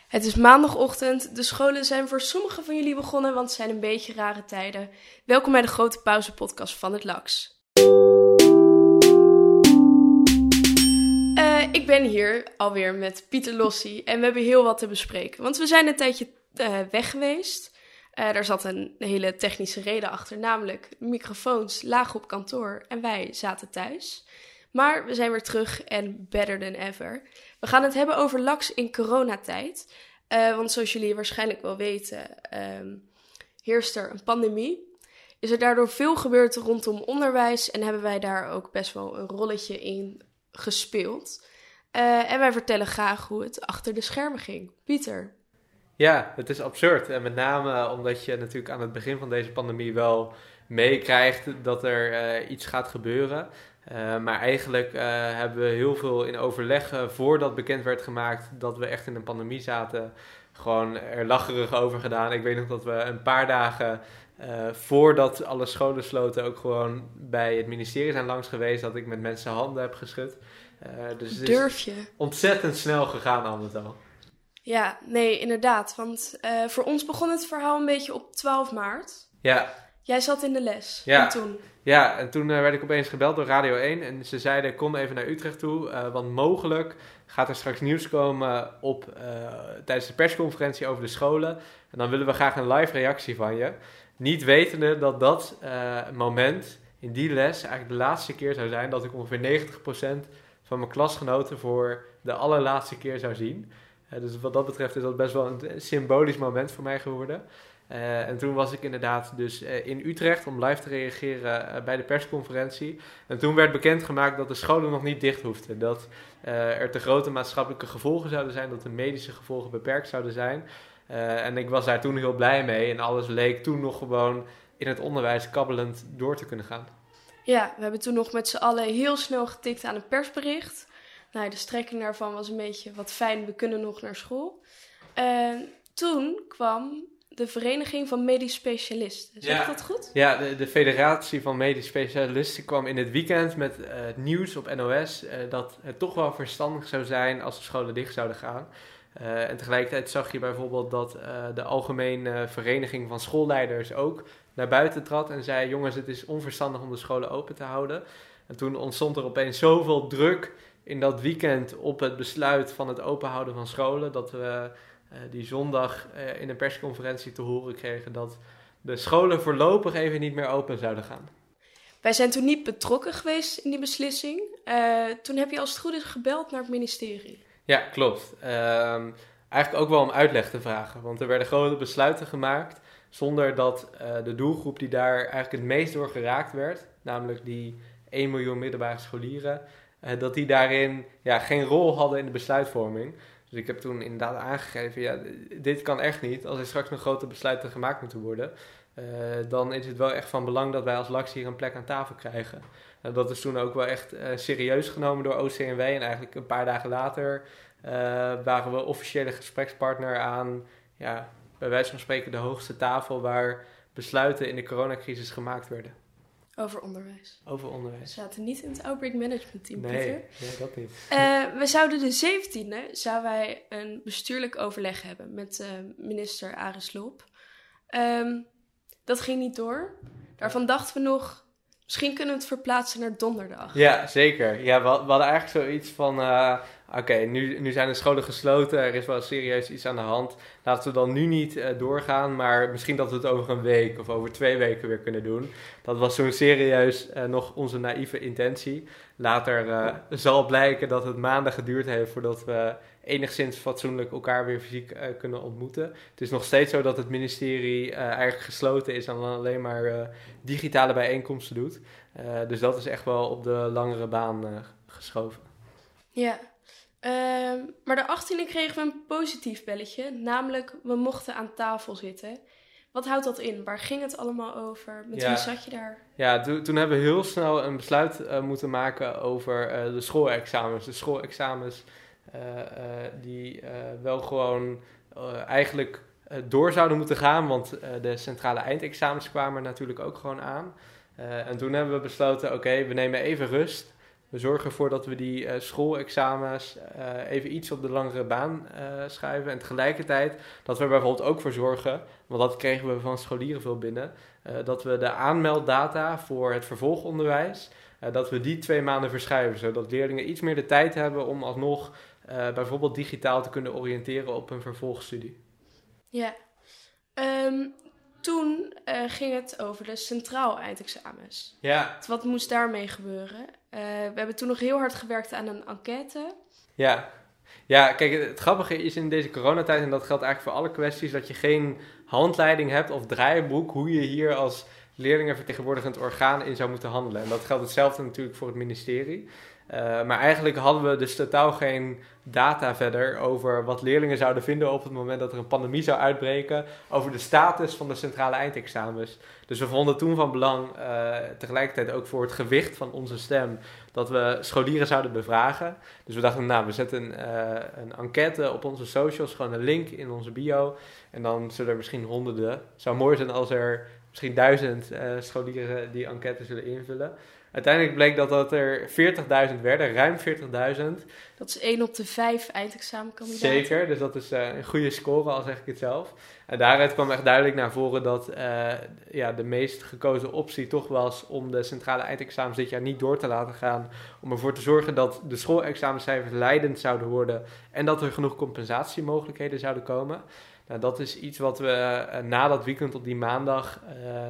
Het is maandagochtend, de scholen zijn voor sommigen van jullie begonnen, want het zijn een beetje rare tijden. Welkom bij de Grote Pauze podcast van het LAX. Ik ben hier alweer met Pieter Lossie en we hebben heel wat te bespreken. Want we zijn een tijdje weg geweest. Daar zat een hele technische reden achter, namelijk microfoons lagen op kantoor en wij zaten thuis. Maar we zijn weer terug en better than ever. We gaan het hebben over LAX in coronatijd. Want zoals jullie waarschijnlijk wel weten, heerst er een pandemie. Is er daardoor veel gebeurd rondom onderwijs en hebben wij daar ook best wel een rolletje in gespeeld. En wij vertellen graag hoe het achter de schermen ging. Pieter. Ja, het is absurd. En met name omdat je natuurlijk aan het begin van deze pandemie wel meekrijgt dat er iets gaat gebeuren. Maar eigenlijk hebben we heel veel in overleg voordat bekend werd gemaakt dat we echt in een pandemie zaten. Gewoon er lacherig over gedaan. Ik weet nog dat we een paar dagen voordat alle scholen sloten ook gewoon bij het ministerie zijn langs geweest. Dat ik met mensen handen heb geschud. Dus het Durf je? is ontzettend snel gegaan al met al. Ja, nee, inderdaad. Want voor ons begon het verhaal een beetje op 12 maart. Ja. Jij zat in de les. Ja. En toen? Ja, en toen werd ik opeens gebeld door Radio 1 en ze zeiden kom even naar Utrecht toe, want mogelijk gaat er straks nieuws komen tijdens de persconferentie over de scholen. En dan willen we graag een live reactie van je. Niet wetende dat dat moment in die les eigenlijk de laatste keer zou zijn dat ik ongeveer 90% van mijn klasgenoten voor de allerlaatste keer zou zien. Dus wat dat betreft is dat best wel een symbolisch moment voor mij geworden. En toen was ik inderdaad dus in Utrecht om live te reageren bij de persconferentie. En toen werd bekendgemaakt dat de scholen nog niet dicht hoefden. Dat er te grote maatschappelijke gevolgen zouden zijn, dat de medische gevolgen beperkt zouden zijn. En ik was daar toen heel blij mee en alles leek toen nog gewoon in het onderwijs kabbelend door te kunnen gaan. Ja, we hebben toen nog met z'n allen heel snel getikt aan een persbericht. Nou, de strekking daarvan was een beetje wat fijn, we kunnen nog naar school. Toen kwam de Vereniging van Medisch Specialisten. Zeg dat goed? Ja, de Federatie van Medisch Specialisten kwam in het weekend met het nieuws op NOS dat het toch wel verstandig zou zijn als de scholen dicht zouden gaan. En tegelijkertijd zag je bijvoorbeeld dat de Algemene Vereniging van Schoolleiders ook naar buiten trad en zei: jongens, het is onverstandig om de scholen open te houden. En toen ontstond er opeens zoveel druk in dat weekend op het besluit van het openhouden van scholen, dat we die zondag in een persconferentie te horen kregen dat de scholen voorlopig even niet meer open zouden gaan. Wij zijn toen niet betrokken geweest in die beslissing. Toen heb je als het goed is gebeld naar het ministerie. Ja, klopt. Eigenlijk ook wel om uitleg te vragen, want er werden grote besluiten gemaakt zonder dat de doelgroep die daar eigenlijk het meest door geraakt werd, namelijk die 1 miljoen middelbare scholieren, dat die daarin geen rol hadden in de besluitvorming. Dus ik heb toen inderdaad aangegeven, dit kan echt niet. Als er straks nog grote besluiten gemaakt moeten worden, dan is het wel echt van belang dat wij als LAX hier een plek aan tafel krijgen. Dat is toen ook wel echt serieus genomen door OCMW. En eigenlijk een paar dagen later waren we officiële gesprekspartner aan, bij wijze van spreken, de hoogste tafel waar besluiten in de coronacrisis gemaakt werden. Over onderwijs. Over onderwijs. We zaten niet in het outbreak management team, Pieter. Nee, dat niet. We zouden de 17e zouden wij een bestuurlijk overleg hebben met minister Aris Slob. Dat ging niet door. Daarvan dachten we nog, misschien kunnen we het verplaatsen naar donderdag. Ja, zeker. Ja, we hadden eigenlijk zoiets van, oké, nu zijn de scholen gesloten, er is wel serieus iets aan de hand. Laten we dan nu niet doorgaan, maar misschien dat we het over een week of over 2 weken weer kunnen doen. Dat was zo'n serieus nog onze naïeve intentie. Later zal blijken dat het maanden geduurd heeft voordat we enigszins fatsoenlijk elkaar weer fysiek kunnen ontmoeten. Het is nog steeds zo dat het ministerie eigenlijk gesloten is en alleen maar digitale bijeenkomsten doet. Dus dat is echt wel op de langere baan geschoven. Ja, maar de 18e kregen we een positief belletje, namelijk we mochten aan tafel zitten. Wat houdt dat in? Waar ging het allemaal over? Met wie zat je daar? Ja, toen hebben we heel snel een besluit moeten maken over de schoolexamens. De schoolexamens die wel gewoon eigenlijk door zouden moeten gaan, want de centrale eindexamens kwamen er natuurlijk ook gewoon aan. En toen hebben we besloten, oké, we nemen even rust. We zorgen ervoor dat we die schoolexamens even iets op de langere baan schuiven. En tegelijkertijd dat we er bijvoorbeeld ook voor zorgen, want dat kregen we van scholieren veel binnen, dat we de aanmelddata voor het vervolgonderwijs, dat we die 2 maanden verschuiven. Zodat leerlingen iets meer de tijd hebben om alsnog bijvoorbeeld digitaal te kunnen oriënteren op een vervolgstudie. Ja. Toen ging het over de centraal eindexamens. Ja. Wat moest daarmee gebeuren? We hebben toen nog heel hard gewerkt aan een enquête. Ja, kijk, het grappige is in deze coronatijd, en dat geldt eigenlijk voor alle kwesties, dat je geen handleiding hebt of draaiboek hoe je hier als leerlingenvertegenwoordigend orgaan in zou moeten handelen. En dat geldt hetzelfde natuurlijk voor het ministerie. Maar eigenlijk hadden we dus totaal geen data verder over wat leerlingen zouden vinden op het moment dat er een pandemie zou uitbreken, over de status van de centrale eindexamens. Dus we vonden toen van belang, tegelijkertijd ook voor het gewicht van onze stem, dat we scholieren zouden bevragen. Dus we dachten, nou, we zetten een enquête op onze socials, gewoon een link in onze bio. En dan zullen er misschien honderden. Het zou mooi zijn als er misschien 1000 scholieren die enquête zullen invullen. Uiteindelijk bleek dat er 40.000 werden, ruim 40.000. Dat is 1 op de 5 eindexamenkandidaten. Zeker, dus dat is een goede score, al zeg ik het zelf. En daaruit kwam echt duidelijk naar voren dat de meest gekozen optie toch was om de centrale eindexamens dit jaar niet door te laten gaan. Om ervoor te zorgen dat de schoolexamencijfers leidend zouden worden en dat er genoeg compensatiemogelijkheden zouden komen. Nou, dat is iets wat we na dat weekend op die maandag,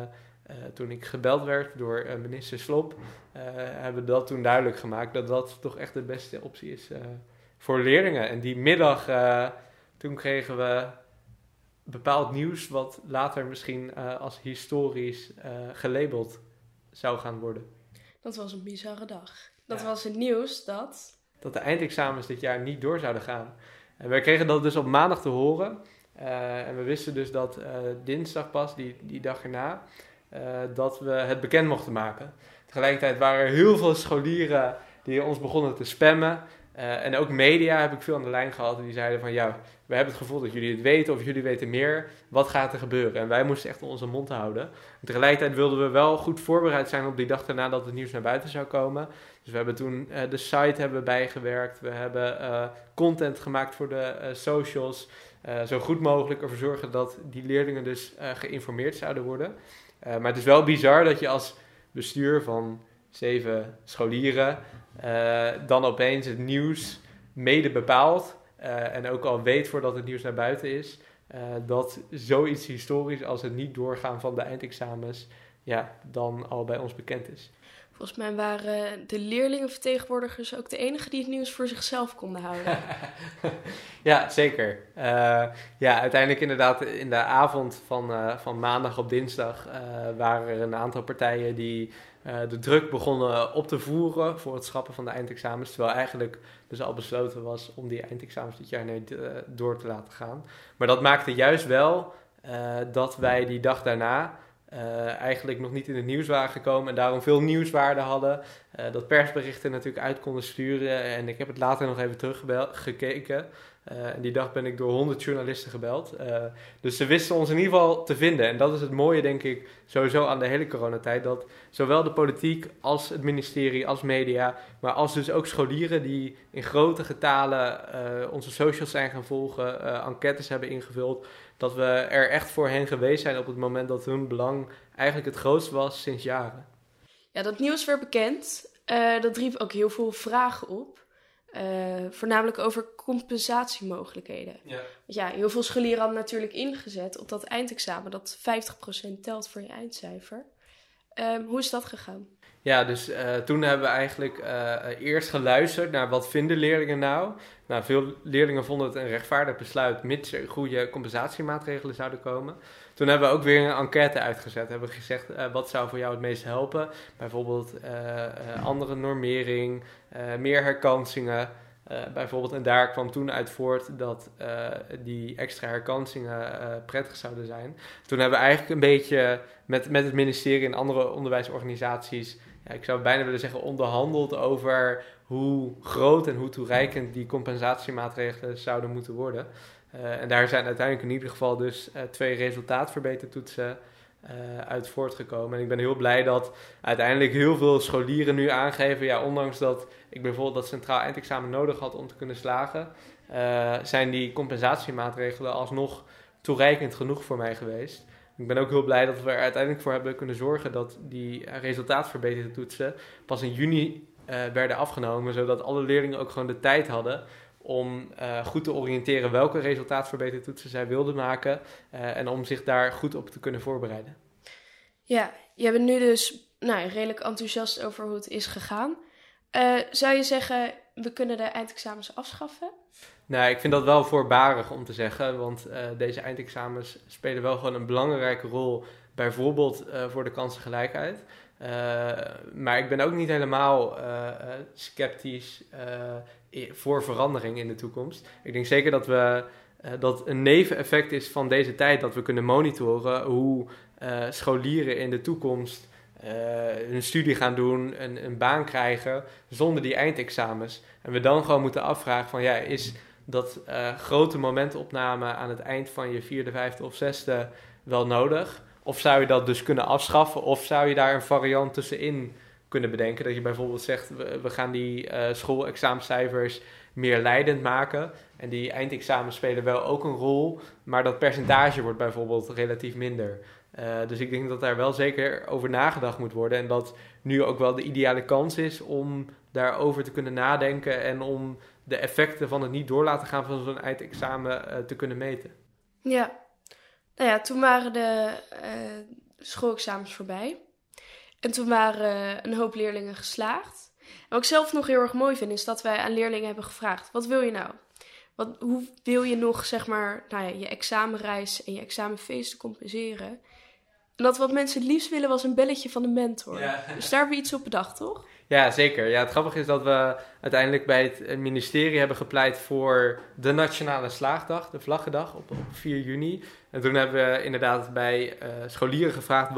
toen ik gebeld werd door minister Slop, hebben we dat toen duidelijk gemaakt dat dat toch echt de beste optie is voor leerlingen. En die middag, toen kregen we bepaald nieuws wat later misschien als historisch gelabeld zou gaan worden. Dat was een bizarre dag. Dat was het nieuws dat de eindexamens dit jaar niet door zouden gaan. En wij kregen dat dus op maandag te horen. En we wisten dus dat dinsdag pas, die dag erna, dat we het bekend mochten maken. Tegelijkertijd waren er heel veel scholieren die ons begonnen te spammen. En ook media heb ik veel aan de lijn gehad. En die zeiden van, ja, we hebben het gevoel dat jullie het weten of jullie weten meer. Wat gaat er gebeuren? En wij moesten echt onze mond houden. En tegelijkertijd wilden we wel goed voorbereid zijn op die dag daarna dat het nieuws naar buiten zou komen. Dus we hebben toen de site hebben bijgewerkt. We hebben content gemaakt voor de socials. Zo goed mogelijk ervoor zorgen dat die leerlingen dus geïnformeerd zouden worden. Maar het is wel bizar dat je als bestuur van 7 scholieren dan opeens het nieuws mede bepaalt. En ook al weet voordat het nieuws naar buiten is, dat zoiets historisch als het niet doorgaan van de eindexamens, dan al bij ons bekend is. Volgens mij waren de leerlingenvertegenwoordigers ook de enigen die het nieuws voor zichzelf konden houden. Ja, zeker. Uiteindelijk inderdaad in de avond van maandag op dinsdag waren er een aantal partijen die de druk begonnen op te voeren voor het schrappen van de eindexamens. Terwijl eigenlijk dus al besloten was om die eindexamens dit jaar door te laten gaan. Maar dat maakte juist wel dat wij die dag daarna eigenlijk nog niet in het nieuws waren gekomen en daarom veel nieuwswaarde hadden. Dat persberichten natuurlijk uit konden sturen. En ik heb het later nog even teruggekeken. En die dag ben ik door 100 journalisten gebeld. Dus ze wisten ons in ieder geval te vinden. En dat is het mooie, denk ik, sowieso aan de hele coronatijd. Dat zowel de politiek als het ministerie, als media, maar als dus ook scholieren die in grote getalen onze socials zijn gaan volgen, enquêtes hebben ingevuld, dat we er echt voor hen geweest zijn op het moment dat hun belang eigenlijk het grootst was sinds jaren. Ja, dat nieuws werd bekend. Dat riep ook heel veel vragen op. Voornamelijk over compensatiemogelijkheden. Ja. Want ja, heel veel scholieren hadden natuurlijk ingezet op dat eindexamen, dat 50% telt voor je eindcijfer. Hoe is dat gegaan? Ja, dus toen hebben we eigenlijk eerst geluisterd naar wat vinden leerlingen nou. Nou, veel leerlingen vonden het een rechtvaardig besluit mits er goede compensatiemaatregelen zouden komen. Toen hebben we ook weer een enquête uitgezet. Hebben we gezegd, wat zou voor jou het meest helpen? Bijvoorbeeld andere normering, meer herkansingen. Bijvoorbeeld, en daar kwam toen uit voort dat die extra herkansingen prettig zouden zijn. Toen hebben we eigenlijk een beetje met het ministerie en andere onderwijsorganisaties, ik zou bijna willen zeggen, onderhandeld over hoe groot en hoe toereikend die compensatiemaatregelen zouden moeten worden. En daar zijn uiteindelijk in ieder geval dus 2 resultaatverbetertoetsen uit voortgekomen. En ik ben heel blij dat uiteindelijk heel veel scholieren nu aangeven, ja, ondanks dat ik bijvoorbeeld dat centraal eindexamen nodig had om te kunnen slagen, zijn die compensatiemaatregelen alsnog toereikend genoeg voor mij geweest. Ik ben ook heel blij dat we er uiteindelijk voor hebben kunnen zorgen dat die resultaatverbeterde toetsen pas in juni werden afgenomen, zodat alle leerlingen ook gewoon de tijd hadden om goed te oriënteren welke resultaatverbeterde toetsen zij wilden maken en om zich daar goed op te kunnen voorbereiden. Ja, je bent nu dus redelijk enthousiast over hoe het is gegaan. Zou je zeggen, we kunnen de eindexamens afschaffen? Nou, ik vind dat wel voorbarig om te zeggen, want deze eindexamens spelen wel gewoon een belangrijke rol, bijvoorbeeld voor de kansengelijkheid. Maar ik ben ook niet helemaal sceptisch voor verandering in de toekomst. Ik denk zeker dat een neveneffect is van deze tijd, dat we kunnen monitoren hoe scholieren in de toekomst hun studie gaan doen, een baan krijgen zonder die eindexamens. En we dan gewoon moeten afvragen van, ja, is dat grote momentopname aan het eind van je 4e, 5e of 6e wel nodig? Of zou je dat dus kunnen afschaffen? Of zou je daar een variant tussenin kunnen bedenken? Dat je bijvoorbeeld zegt, we gaan die schoolexamencijfers meer leidend maken. En die eindexamens spelen wel ook een rol, maar dat percentage wordt bijvoorbeeld relatief minder. Dus ik denk dat daar wel zeker over nagedacht moet worden. En dat nu ook wel de ideale kans is om daarover te kunnen nadenken en om de effecten van het niet door laten gaan van zo'n eindexamen te kunnen meten. Ja, nou ja, toen waren de schoolexamens voorbij. En toen waren een hoop leerlingen geslaagd. En wat ik zelf nog heel erg mooi vind, is dat wij aan leerlingen hebben gevraagd: wat wil je nou? Hoe wil je nog, zeg maar, je examenreis en je examenfeesten compenseren? En dat wat mensen het liefst willen was een belletje van de mentor. Ja. Dus daar hebben we iets op bedacht, toch? Ja, zeker. Ja, het grappige is dat we uiteindelijk bij het ministerie hebben gepleit voor de Nationale Slaagdag, de Vlaggendag, op 4 juni. En toen hebben we inderdaad bij scholieren gevraagd,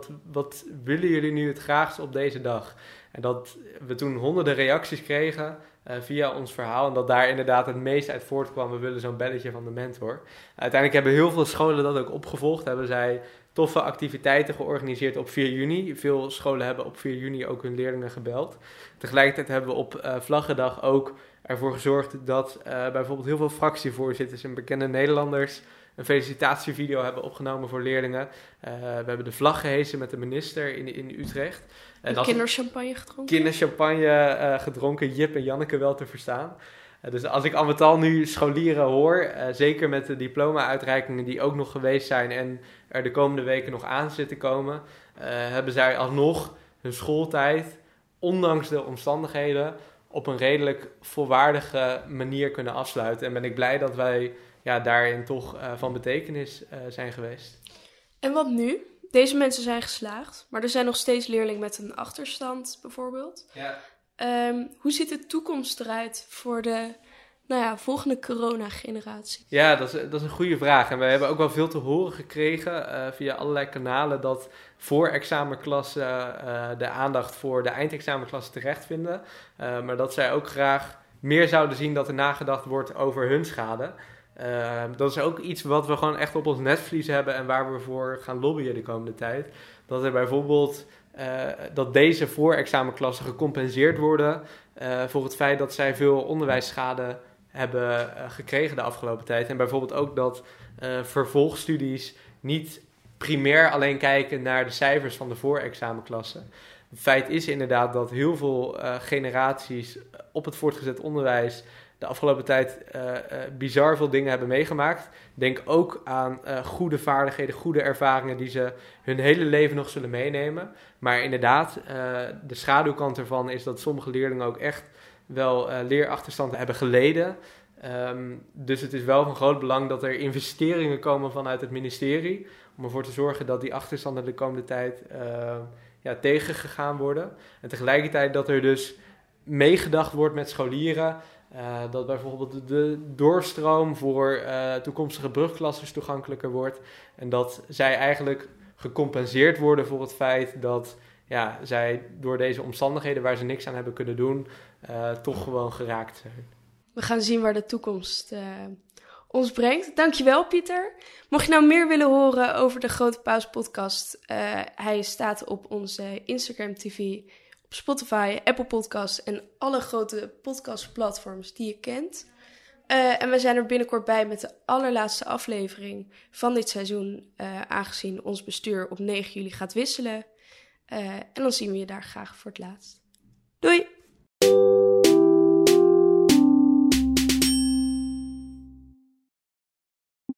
wat willen jullie nu het graagst op deze dag? En dat we toen honderden reacties kregen via ons verhaal. En dat daar inderdaad het meest uit voortkwam, we willen zo'n belletje van de mentor. Uiteindelijk hebben heel veel scholen dat ook opgevolgd. Hebben zij toffe activiteiten georganiseerd op 4 juni. Veel scholen hebben op 4 juni ook hun leerlingen gebeld. Tegelijkertijd hebben we op Vlaggendag ook ervoor gezorgd dat bijvoorbeeld heel veel fractievoorzitters en bekende Nederlanders een felicitatievideo hebben opgenomen voor leerlingen. We hebben de vlag gehesen met de minister in Utrecht. Kinderchampagne gedronken. Kinderchampagne gedronken, Jip en Janneke wel te verstaan. Dus als ik al met al nu scholieren hoor, zeker met de diploma-uitreikingen die ook nog geweest zijn en er de komende weken nog aan zitten komen, hebben zij alsnog hun schooltijd, ondanks de omstandigheden, op een redelijk volwaardige manier kunnen afsluiten. En ben ik blij dat wij daarin toch van betekenis zijn geweest. En wat nu? Deze mensen zijn geslaagd, maar er zijn nog steeds leerlingen met een achterstand bijvoorbeeld. Ja. Hoe ziet de toekomst eruit voor de volgende corona-generatie? Ja, dat is een goede vraag. En we hebben ook wel veel te horen gekregen via allerlei kanalen dat voor examenklassen de aandacht voor de eindexamenklassen terecht vinden. Maar dat zij ook graag meer zouden zien dat er nagedacht wordt over hun schade. Dat is ook iets wat we gewoon echt op ons netvlies hebben en waar we voor gaan lobbyen de komende tijd. Dat er bijvoorbeeld dat deze voorexamenklassen gecompenseerd worden voor het feit dat zij veel onderwijsschade hebben gekregen de afgelopen tijd. En bijvoorbeeld ook dat vervolgstudies niet primair alleen kijken naar de cijfers van de voorexamenklassen. Het feit is inderdaad dat heel veel generaties op het voortgezet onderwijs de afgelopen tijd bizar veel dingen hebben meegemaakt. Denk ook aan goede vaardigheden, goede ervaringen die ze hun hele leven nog zullen meenemen. Maar inderdaad, de schaduwkant ervan is dat sommige leerlingen ook echt wel leerachterstand hebben geleden. Dus het is wel van groot belang dat er investeringen komen vanuit het ministerie om ervoor te zorgen dat die achterstanden de komende tijd tegengegaan worden. En tegelijkertijd dat er dus meegedacht wordt met scholieren. Dat bijvoorbeeld de doorstroom voor toekomstige brugklassers toegankelijker wordt. En dat zij eigenlijk gecompenseerd worden voor het feit dat zij door deze omstandigheden waar ze niks aan hebben kunnen doen, toch gewoon geraakt zijn. We gaan zien waar de toekomst ons brengt. Dankjewel, Pieter. Mocht je nou meer willen horen over de Grote Paus podcast, hij staat op onze Instagram TV, op Spotify, Apple Podcasts en alle grote podcastplatforms die je kent. En we zijn er binnenkort bij met de allerlaatste aflevering van dit seizoen, aangezien ons bestuur op 9 juli gaat wisselen. En dan zien we je daar graag voor het laatst. Doei!